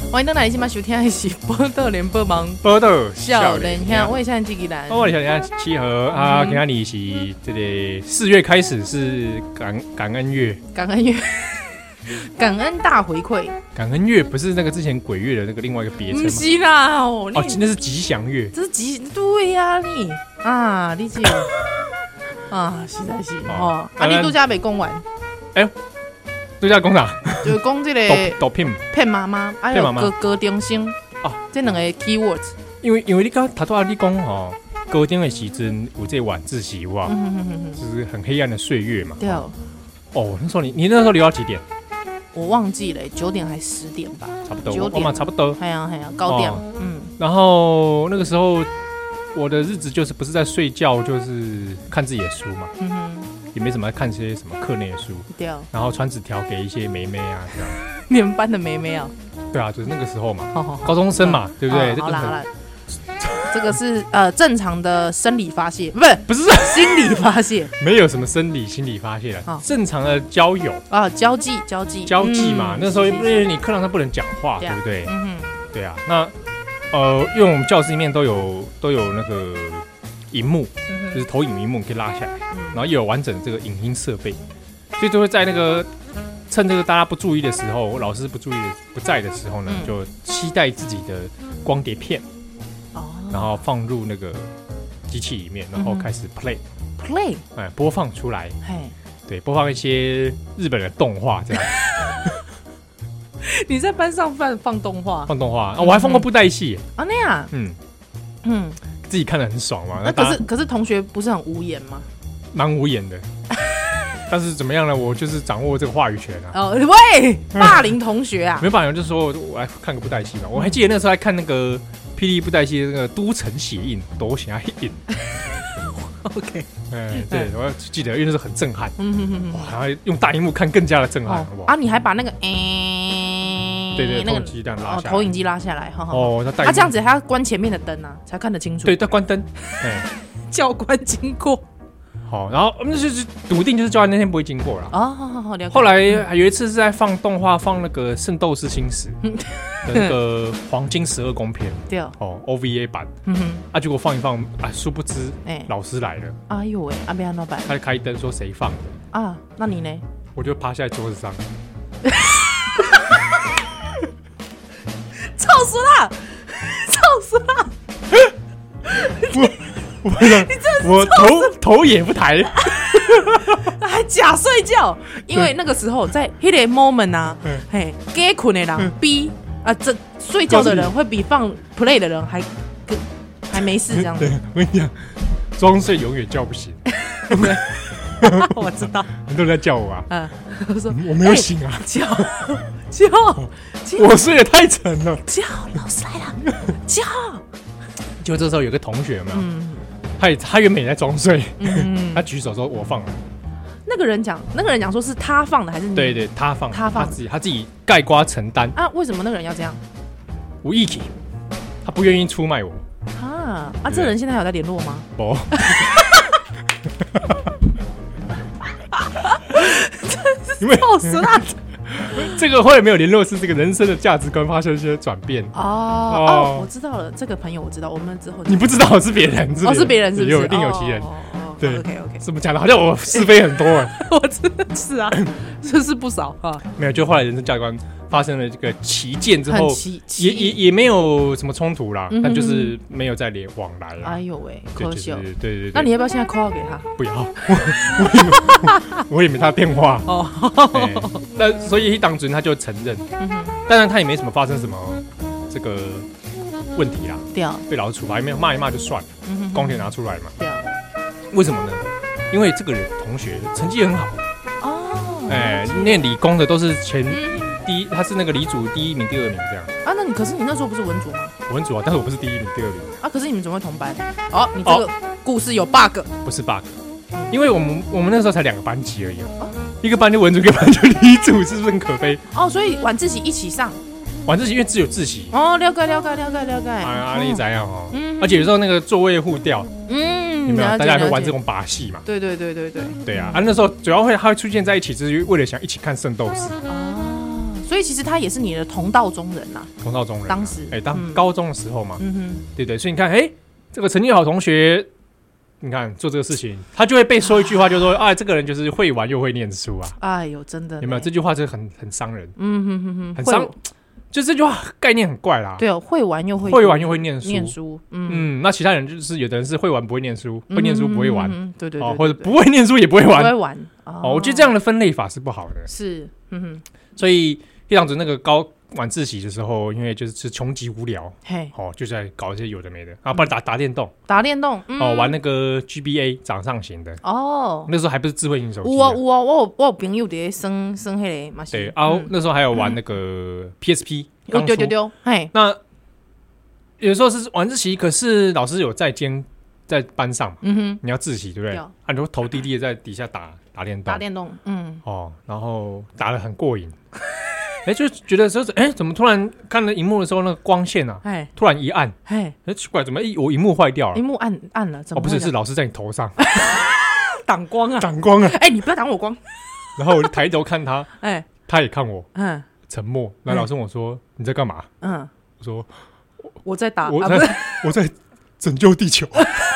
欢迎登来，今晚收听的是《报道联播网》， 报道少年兄，我是现在纪兰， 我是小年七和啊，今天你是这个4月开始是感恩月， 感恩月，感恩大回馈， 感恩月不是那个之前鬼月的那个另外一个别称吗？ 不是啦，哦， 那是吉祥月， 这是对呀，你啊，你这啊，实在是哦，啊，你度假没讲完， 度假讲啥？ 就是讲这个抖骗妈妈，还有高中生哦，这两个 keywords。 因为你刚他都你讲哦，高中的时阵有这晚自习哇，就是很黑暗的岁月嘛。 对哦，那时候你那时候留到几点？ 我忘记了，9点还10点吧？ 差不多 ，9点， 差不多。 哎呀，高点， 然后那个时候我的日子就是不是在睡觉，就是看自己的书嘛。也没什么看些什么课内的书，对，然后传纸条给一些妹妹啊，这样。 你们班的妹妹啊？ 对啊，就是那个时候嘛，高中生嘛，对不对？ 好啦，这个是正常的生理发泄，不是心理发泄， 没有什么生理心理发泄了，正常的交友啊，交际嘛。那时候因为你课堂上不能讲话，对不对？对啊，那因为我们教室里面都有那个萤幕，就是投影萤幕可以拉下来，然后又有完整的这个影音设备，所以就会在那个趁这个大家不注意的时候，老师不在的时候呢，就期待自己的光碟片，然后放入那个机器里面，然后开始 play， 播放出来，对，播放一些日本的动画这样。 你在班上放动画？ 放动画啊，我还放过布袋戏啊，那样， 自己看得很爽嘛。 那可是同学不是很无言吗？ 蛮无言的，但是怎么样呢？我就是掌握这个话语权啊。 哦，喂，霸凌同学啊？ 没有霸凌，就是说我来看个布袋戏嘛。我还记得那时候还看那个霹雳布袋戏的那个都城血印，多想印。 OK， 对，我记得，因为那时候很震撼，哇，然后用大荧幕看更加的震撼， 啊，你还把那个对，那个投影机拉下来， 他这样子还要关前面的灯啊，才看得清楚。 对，要关灯， 教官经过。 好，然后我们就是笃定就是教官那天不会经过了。 哦， 后来有一次是在放动画，放那个《圣斗士星矢》的那个黄金12宫篇， 对 ，OVA 版，结果放一放啊，殊不知老师来了。哎呦喂，阿边老板，他就开灯说谁放的啊？那你呢？ 我就趴下在桌子上。 臭死了！ 我头也不抬， 还假睡觉，因为那个时候在那个 moment 啊，给困的人比这睡觉的人会比放 play 的人还没事这样子。 对，我跟你讲，装睡永远叫不醒。 我知道， 很多人在叫我啊。 我说我没有醒啊， 叫， 我睡得太沉了。 叫，老师来了，叫。 就这时候有个同学嘛，他原本也在装睡，他举手说我放了。 那个人讲说是他放的还是你？ 对，他放，他自己概括承担啊？为什么那个人要这样？ 无意义，他不愿意出卖我啊！这人现在还有在联络吗？ 不。 真是臭死了！ 这个后来没有联络，是这个人生的价值观发生一些转变。 我知道了，这个朋友我知道，我们之后你不知道是别人， 是别人，是不是？ 一定有其人。对 ，OK， 怎么讲的？好像我是非很多哎。 我真的是啊，是不少啊。 没有，就后来人生价值观发生了这个旗舰之后，也没有什么冲突啦，但就是没有再往来了。 哎呦喂，可惜哦。 对。 那你要不要现在 call 给他？ 不要，我也没他电话。那所以一当准他就承认，当然他也没什么发生什么这个问题啦。 对啊， 被老师处罚，没有骂一骂就算了，光碟拿出来嘛。 对啊。 为什么呢？因为这个人同学成绩很好念理工的都是第一，他是那个理组第1名、第2名这样啊。那可是你那时候不是文组吗？ 文组啊，但是我不是第1名、第2名啊。可是你们怎么会同班？你这个故事有 bug？ 不是 bug，因为我们那时候才2个班级而已，一个班就文组，一个班就理组，是不是很可悲？ 所以晚自习一起上。 晚自习因为只有自习。 了解。 你怎样而且有时候那个座位互调。有没有？大家会玩这种把戏嘛？ 对。对啊， 那时候主要他会出现在一起，就是为了想一起看《圣斗士》。 所所以其实他也是你的同道中人呐。 同道中人， 当时当高中的时候嘛，对对，所以你看，这个成绩好同学，你看做这个事情，他就会被说一句话，就说啊，这个人就是会玩又会念书啊。 哎呦，真的有没有这句话？真的很伤人，很伤。就这句话概念很怪啦。 对哦，会玩又会念书， 那其他人就是有的人是会玩不会念书，会念书不会玩， 对， 或者不会念书也不会玩，我觉得这样的分类法是不好的。 是， 所以这样子那个晚自习的时候，因为就是穷极无聊，就在搞一些有的没的，然后不然打电动，玩那个 GBA 掌上型的那时候还不是智慧型手机。 我有朋友在生黑嘛。 对那时候还有玩那个 PSP。 丢， 那有时候是晚自习，可是老师有在班上，你要自习，对不对？很多头低低的在底下打电动，然后打得很过瘾。就觉得说怎么突然看了荧幕的时候，那个光线啊，突然一暗，奇怪，怎么我荧幕坏掉了？ 荧幕暗了，怎么？ 不是老师在你头上挡光啊！你不要挡我光。 然后我就抬头看他，他也看我，沉默。然后老师问我说：“你在干嘛？”我说：“ 我在打， 我在拯救地球。”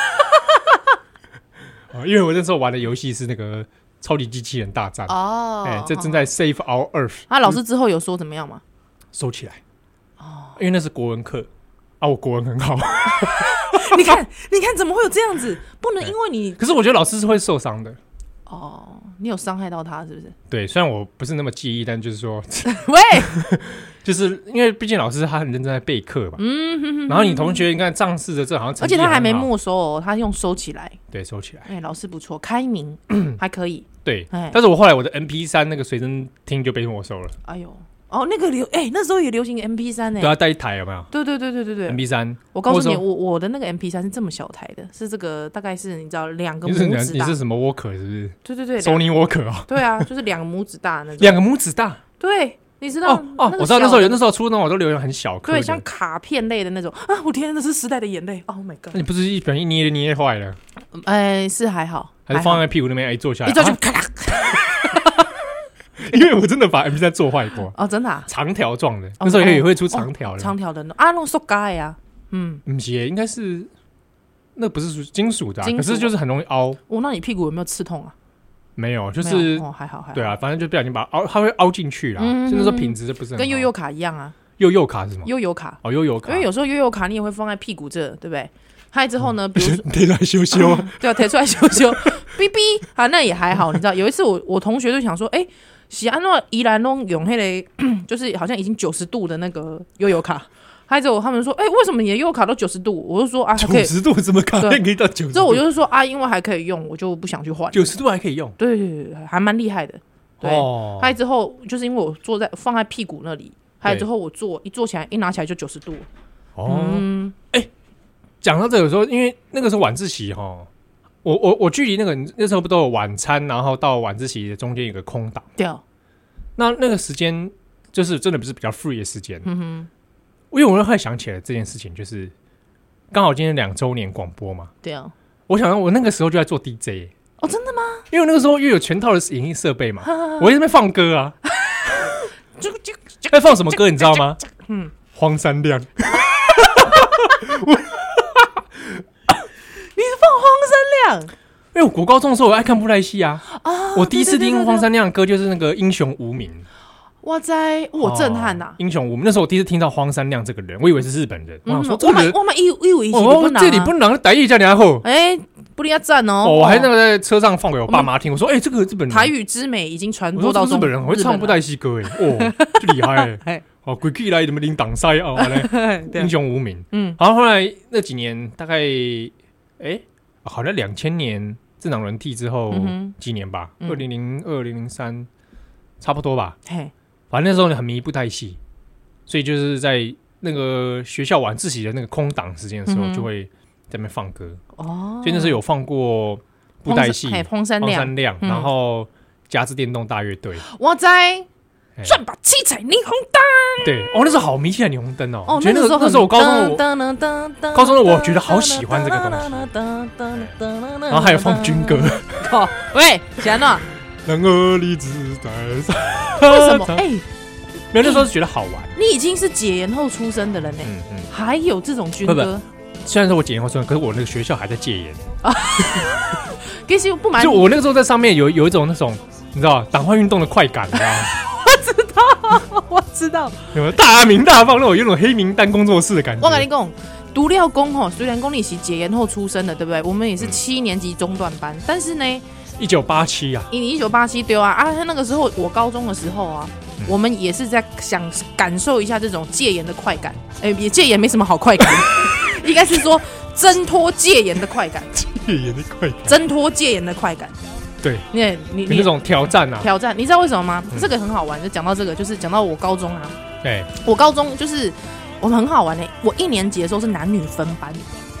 因为我那时候玩的游戏是那个超级机器人大战这正在 save our earth。 老师之后有说怎么样吗？ 收起来因为那是国文课我国文很好。 你看怎么会有这样子？不能因为你， 可是我觉得老师是会受伤的。 你有伤害到他是不是？ 对，虽然我不是那么介意，但就是说， 喂， 就是因为毕竟老师他很认真在备课嘛，然后你同学你看仗势的这好像成绩而且他还没没收他用收起来， 对，收起来， 老师不错，开明，还可以， 对，但是我后来我的 MP3 那个随身听就被没收了， 哎呦。那个那时候也流行 MP3 对啊，带一台有没有？ 对 MP3， 我告诉你，我的那个 MP3 是这么小台的，是这个大概是你知道2个拇指大。 你是什么 Walker 是不是？ 对 Sony Walker 对啊，就是2个拇指大那种。 2个拇指大？ 对，你知道我知道那时候出那种我都留言很小颗， 对，像卡片类的那种我天，那是时代的眼泪 ！Oh my god！ 那你不是一不小心捏坏了？ 是还好， 还是放在屁股那边坐下来， 一坐就咔啦。 因为我真的把 MP3 做坏过真的长条状的，那时候也会出长条的， 长条的那种塑胶的呀， 不是，应该是那不是金属的，可是就是很容易凹。 那你屁股有没有刺痛啊？ 没有，就是还好， 对啊，反正就不小心把它会凹进去啦，真的说品质就不是很好。 跟悠悠卡一样啊， 悠悠卡是什么？ 悠悠卡悠悠卡， 因为有时候悠悠卡你也会放在屁股这，对不对？还之后呢，比如说贴出来修修， 对啊，贴出来修修，哔哔那也还好，你知道，有一次我同学就想说，喜安诺宜兰弄用那个，就是好像已经90度的那个悠悠卡，还之后他们说，为什么你的悠悠卡都90度？我就说 90度怎么卡片可以到90度？ 之后我就是说因为还可以用，我就不想去换。 90度还可以用？ 对，还蛮厉害的。对，还之后就是因为我放在屁股那里，还之后我一坐起来一拿起来就90度。 讲到这个时候，因为那个时候晚自习我距离那时候不都有晚餐，然后到晚自习的中间有个空档， 对那个时间就是真的不是比较 free 的时间，因为我会想起来这件事情，就是刚好今天2周年广播嘛， 对啊， 我想我那个时候就在做 DJ， 真的吗？ 因为我那个时候又有全套的影音设备嘛，我在那边放歌啊，在放什么歌你知道吗？荒山亮。 你是放荒山亮？ 因为我国高中的时候我爱看布袋戏啊，我第一次听荒山亮的歌就是那个《英雄无名》。 哇塞，我震撼呐！ 英雄无名，那时候我第一次听到荒山亮这个人，我以为是日本人。我想说这个人， 我们以为这里不能台语叫你还好， 不要赞哦！ 我还那个在车上放给我爸妈听，我说这个日本人台语之美已经传播到日本人，我会唱布袋戏歌就厉害鬼气来怎么领挡塞英雄无名。然后后来那几年大概好像2000年政党轮替之后几年吧，2002、2003差不多吧。反正那时候很迷布袋戏，所以就是在那个学校晚自习的那个空档时间的时候，就会在那边放歌。所以那时候有放过布袋戏、 荒山亮， 然后夹子电动大乐队。 我在转把七彩霓虹灯。 对，那时候好迷七彩霓虹灯哦。 那时候我高中的我觉得好喜欢这个东西。然后还有放军歌。 喂，喜安诺。 然而你只在为什么？ 没有那时候是觉得好玩。 你已经是解严后出生的人呢，还有这种军歌。 虽然说我解严后出生，可是我那个学校还在戒严啊。 其实不瞒， 就我那个时候在上面有一种那种你知道党外运动的快感，你知道吗？ 我知道， 有大鸣大放那种有种黑名单工作室的感觉。 我跟你讲，读料工吼，虽然公你是解严后出生的，对不对？我们也是7年级中段班，但是呢 ，1987啊， 你1987对啊，那个时候我高中的时候啊，我们也是在想感受一下这种戒严的快感。也戒严没什么好快感，应该是说挣脱戒严的快感。 戒严的快感， 挣脱戒严的快感。对，你那种挑战啊， 挑战，你知道为什么吗？这个很好玩，就讲到这个，就是讲到我高中啊。 对， 我高中就是我们很好玩我1年级的时候是男女分班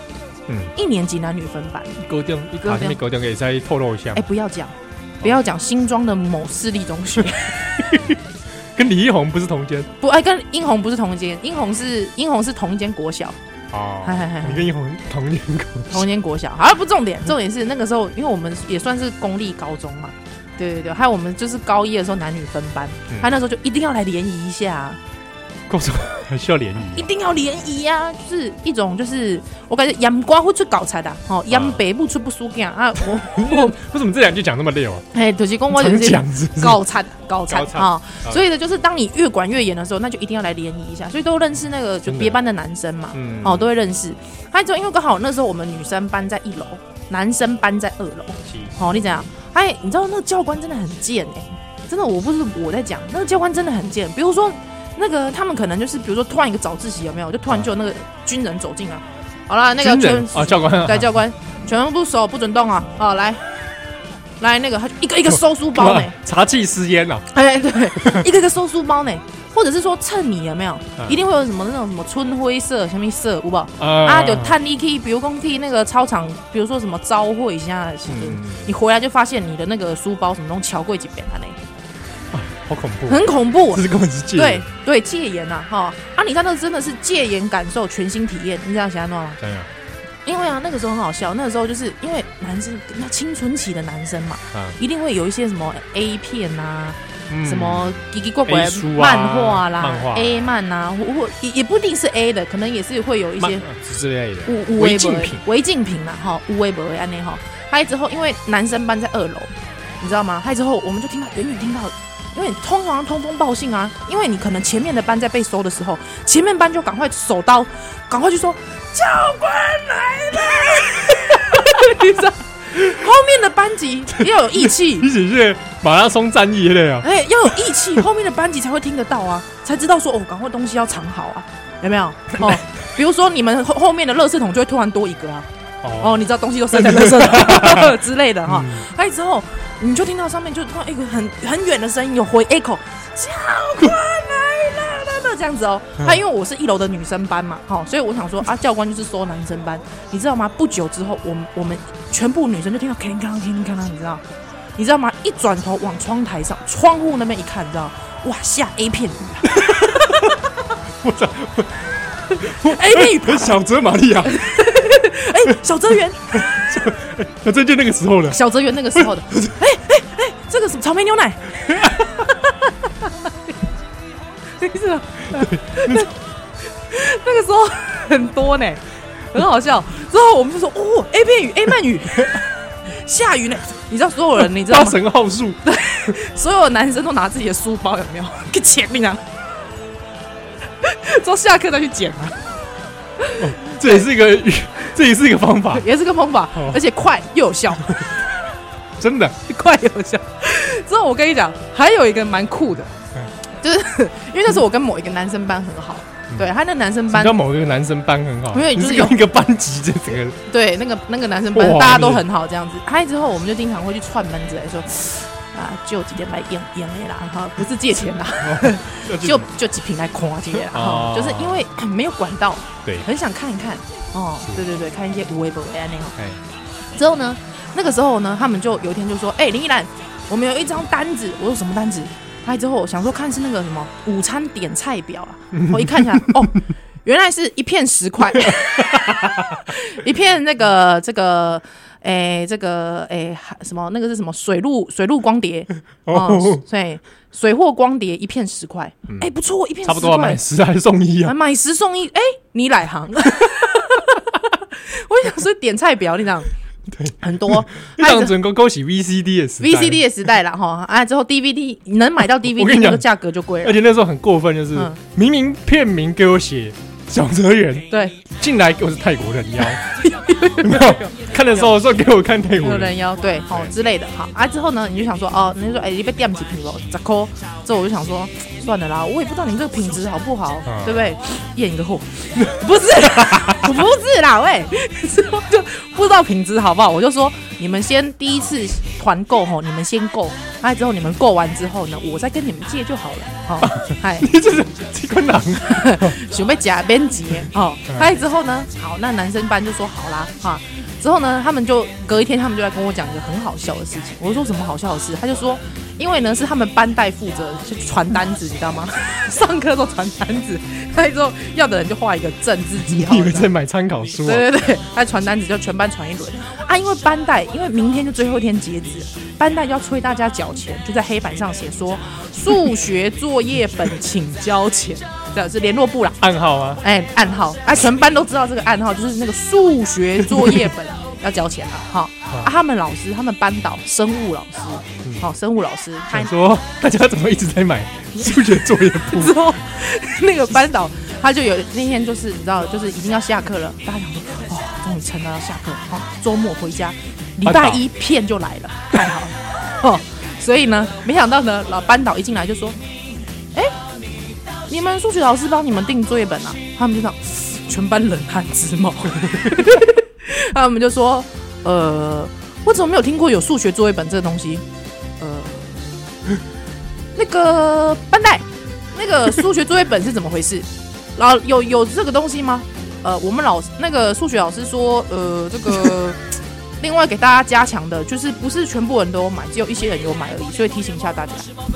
，1年级男女分班。 高中可以再透露一下。 不要讲新庄的某私立中学， 跟李一红不是同间。 不，跟英红不是同间，英红是同一间国小。 哦，你跟一红同年国小， 好了，不重点，重点是那个时候，因为我们也算是公立高中嘛，对，还有我们就是高一的时候男女分班，他那时候就一定要来联谊一下。 高中还需要联谊？ 一定要联谊啊！就是一种，就是我感觉阳光会出搞财的，阳北不出不输干啊！ 为什么这两句讲那么溜啊？ 就是公我就是搞财啊！所以呢，就是当你越管越严的时候，那就一定要来联谊一下。所以都认识那个就别班的男生嘛，都会认识。还有因为刚好那时候我们女生班在1楼，男生班在2楼。你怎样？你知道那个教官真的很贱真的，我不是我在讲，那个教官真的很贱。比如说。那个他们可能就是比如说突然一个早自习有没有，就突然就有那个军人走进来，好了，那个教官对教官全部手不准动啊，来那个他就一个一个收书包呢， 茶气私烟啊， 对，一个一个收书包呢，或者是说趁你有没有，一定会有什么那种什么春晖色什么色，有无？就探你去，比如说去那个操场，比如说什么招会一下，你回来就发现你的那个书包什么东西桥柜几遍呢？ 好恐怖， 很恐怖， 这是根本是戒严。 对，戒严啊，你看那真的是戒严感受全新体验，你知道想要弄吗？ 怎样？ 因为那个时候很好笑，那个时候就是因为男生那青春期的男生嘛，一定会有一些什么 A 片啊，什么奇奇怪怪漫画啦，A 漫啊，或也不一定是 A 的，可能也是会有一些之类的违禁品啦，无微不微安内哈。还之后因为男生班在2楼，你知道吗？还之后我们就远远听到。因为你通常通风报信啊，因为你可能前面的班在被收的时候，前面班就赶快手刀，赶快去说教官来了，你知道，后面的班级要有义气， 你只是马拉松战役的呀， 要有义气，后面的班级才会听得到啊，才知道说赶快东西要藏好啊，有没有？比如说你们后面的垃圾桶就会突然多一个啊。你知道东西都塞在垃圾桶之类的哈，还之后你就听到上面就突然一个很远的声音有回 echo， 教官来了这样子因为我是1楼的女生班嘛，所以我想说教官就是收男生班，你知道吗？不久之后我们全部女生就听到叮当，你知道吗？一转头往窗台上窗户那边一看，你知道哇下 A 片雨我操 ！A 片雨小泽玛利亚。 小泽圆， 这就那个时候了。 小泽圆那个时候的，这个什么草莓牛奶？是啊，那个时候很多呢，很好笑。之后我们就说，A 片雨 A 漫雨，下雨呢。你知道所有人，你知道吗？ 大神号数， 对，所有男生都拿自己的书包，有没有？给钱啊！之后下课再去捡啊。 这也是一个方法， 也是个方法，而且快又有效， 真的快又有效。之后我跟你讲，还有一个蛮酷的，就是因为那时候我跟某一个男生班很好，对他那男生班， 跟某一个男生班很好， 因为就是有一个班级这整个对那个男生班大家都很好这样子。还之后我们就经常会去串门子来说。就几天来演的啦，不是借钱啦，就几瓶来夸这些啦，就是因为没有管道， 对， 很想看一看对，看一些无微不微那种。之后呢，那个时候呢，他们就有一天就说，林依兰，我们有一张单子。我说什么单子？他之后想说看是那个什么午餐点菜表啊，我一看一下，原来是一片10块，一片这个这个什么那个是什么水陆光碟对，水货光碟一片10块，不错，一片10块， 差不多买10还送1啊， 买10送1，你来行。我想说点菜表，你讲对很多， 当整个勾起 VCD 的时代了哈，之后 DVD 能买到 DVD 那个价格就贵了， 而且那时候很过分，就是明明片名给我写小泽圆， 对， 进来给我是泰国人妖，有没有？看的时候说给我看泰国人妖，对，之类的，好之后呢，你就想说你就说你被点几瓶了10块，之后我就想说算了啦，我也不知道你这个品质好不好，对不对？验一个货，不是啦，喂，之后就不知道品质好不好，我就说你们先第一次团购你们先购，之后你们购完之后呢，我再跟你们借就好了， 你这是机关狼， 准备假编辑之后呢，好，那男生班就说好啦，之后呢，他们就隔一天，他们就来跟我讲一个很好笑的事情。我说什么好笑的事？他就说，因为呢是他们班代负责去传单子，你知道吗？上课都传单子，之后要的人就画一个正字记号。 你以为在买参考书？ 对，他传单子就全班传一轮因为班代，因为明天就最后一天截止，班代就要催大家缴钱，就在黑板上写说数学作业本请交钱。这是联络部啦， 暗号吗？ 暗号，全班都知道这个暗号，就是那个数学作业本要交钱了，他们班导生物老师，生物老师， 他说大家怎么一直在买数学作业簿？ 之后那个班导他就有那天就是你知道，就是已经要下课了，大家想说终于撑到要下课，周末回家，礼拜一片就来了，太好了，所以呢，没想到呢，老班导一进来就说，你们数学老师帮你们订作业本啊？他们就讲全班冷汗直冒，他们就说我怎么没有听过有数学作业本这个东西？那个班代，那个数学作业本是怎么回事？有这个东西吗？我们那个数学老师说，这个另外给大家加强的，就是不是全部人都有买，只有一些人有买而已，所以提醒一下大家。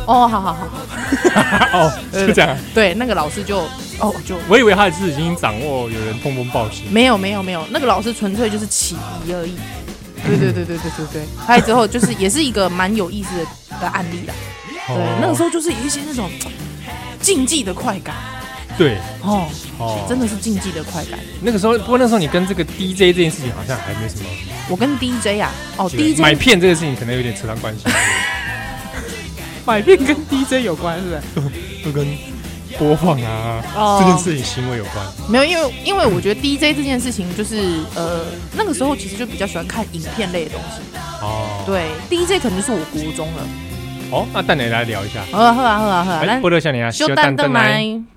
好， 就这样。 对，那个老师就我以为他是已经掌握有人通风报信。 没有，那个老师纯粹就是起疑而已。对，还有之后就是也是一个蛮有意思的案例啦。对，那个时候就是有一些那种竞技的快感。 对， 真的是竞技的快感。 不过那时候你跟这个 DJ 这件事情好像还没什么。 我跟 DJ DJ 买片这个事情可能有点扯上关系。 买片跟 DJ 有关是不是？ 都跟播放这件事情行为有关。 没有，因为我觉得 DJ 这件事情就是那个时候其实就比较喜欢看影片类的东西。对 ，DJ 可能是我国中了。 那等你来聊一下。 好啊，来， 波多小年啊， 小蛋蛋来。